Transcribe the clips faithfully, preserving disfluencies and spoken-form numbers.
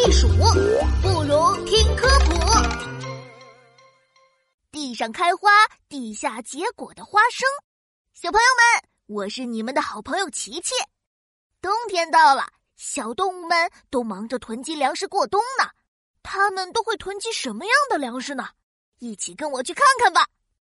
避暑，不如听科普。地上开花，地下结果的花生。小朋友们，我是你们的好朋友琪琪。冬天到了，小动物们都忙着囤积粮食过冬呢。它们都会囤积什么样的粮食呢？一起跟我去看看吧。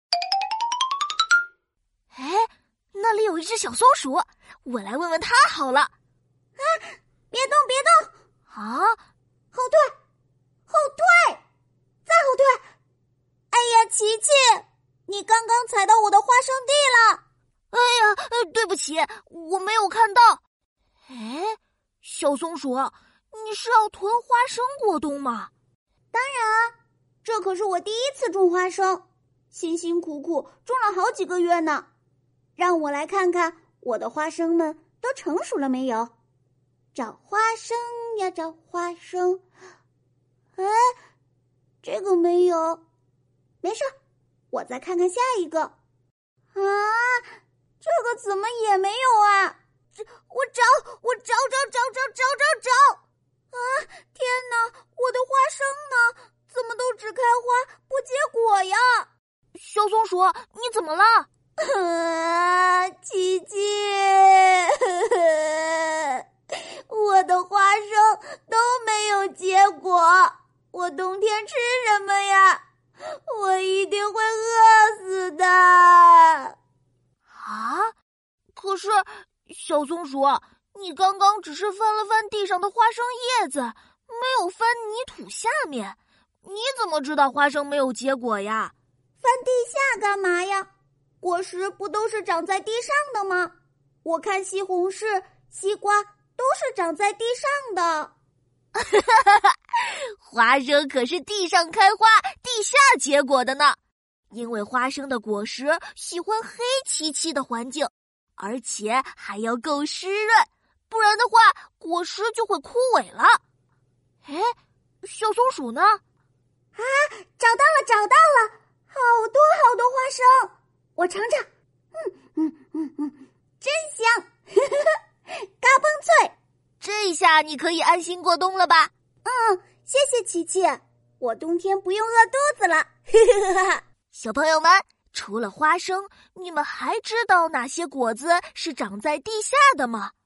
哎，那里有一只小松鼠，我来问问它好了。 啊，别动别动！ 啊， 后退，后退，再后退！哎呀，琪琪，你刚刚踩到我的花生地了！ 哎呀，呃，对不起，我没有看到。哎，小松鼠，你是要囤花生过冬吗？ 当然啊，这可是我第一次种花生，辛辛苦苦种了好几个月呢。让我来看看我的花生们都成熟了没有。找花生呀，找花生。哎，这个没有，没事，我再看看下一个。啊，这个怎么也没有啊？这我找，我找找找找找找找！啊，天哪，我的花生呢？怎么都只开花不结果呀？ 小松鼠，你怎么了？ 啊，琪琪，我的花生都没有结果，我冬天吃什么呀？我一定会饿死的。 啊？可是，小松鼠，你刚刚只是翻了翻地上的花生叶子，没有翻泥土下面，你怎么知道花生没有结果呀？ 翻地下干嘛呀？果实不都是长在地上的吗？我看西红柿、西瓜都是长在地上的。 花生可是地上开花，地下结果的呢。因为花生的果实喜欢黑漆漆的环境，而且还要够湿润，不然的话果实就会枯萎了。哎，小松鼠呢？ 啊，找到了找到了，好多好多花生，我尝尝。嗯嗯嗯嗯，真香，嘎嘣脆。 这下你可以安心过冬了吧？ 嗯，谢谢琪琪，我冬天不用饿肚子了。 小朋友们，除了花生，你们还知道哪些果子是长在地下的吗？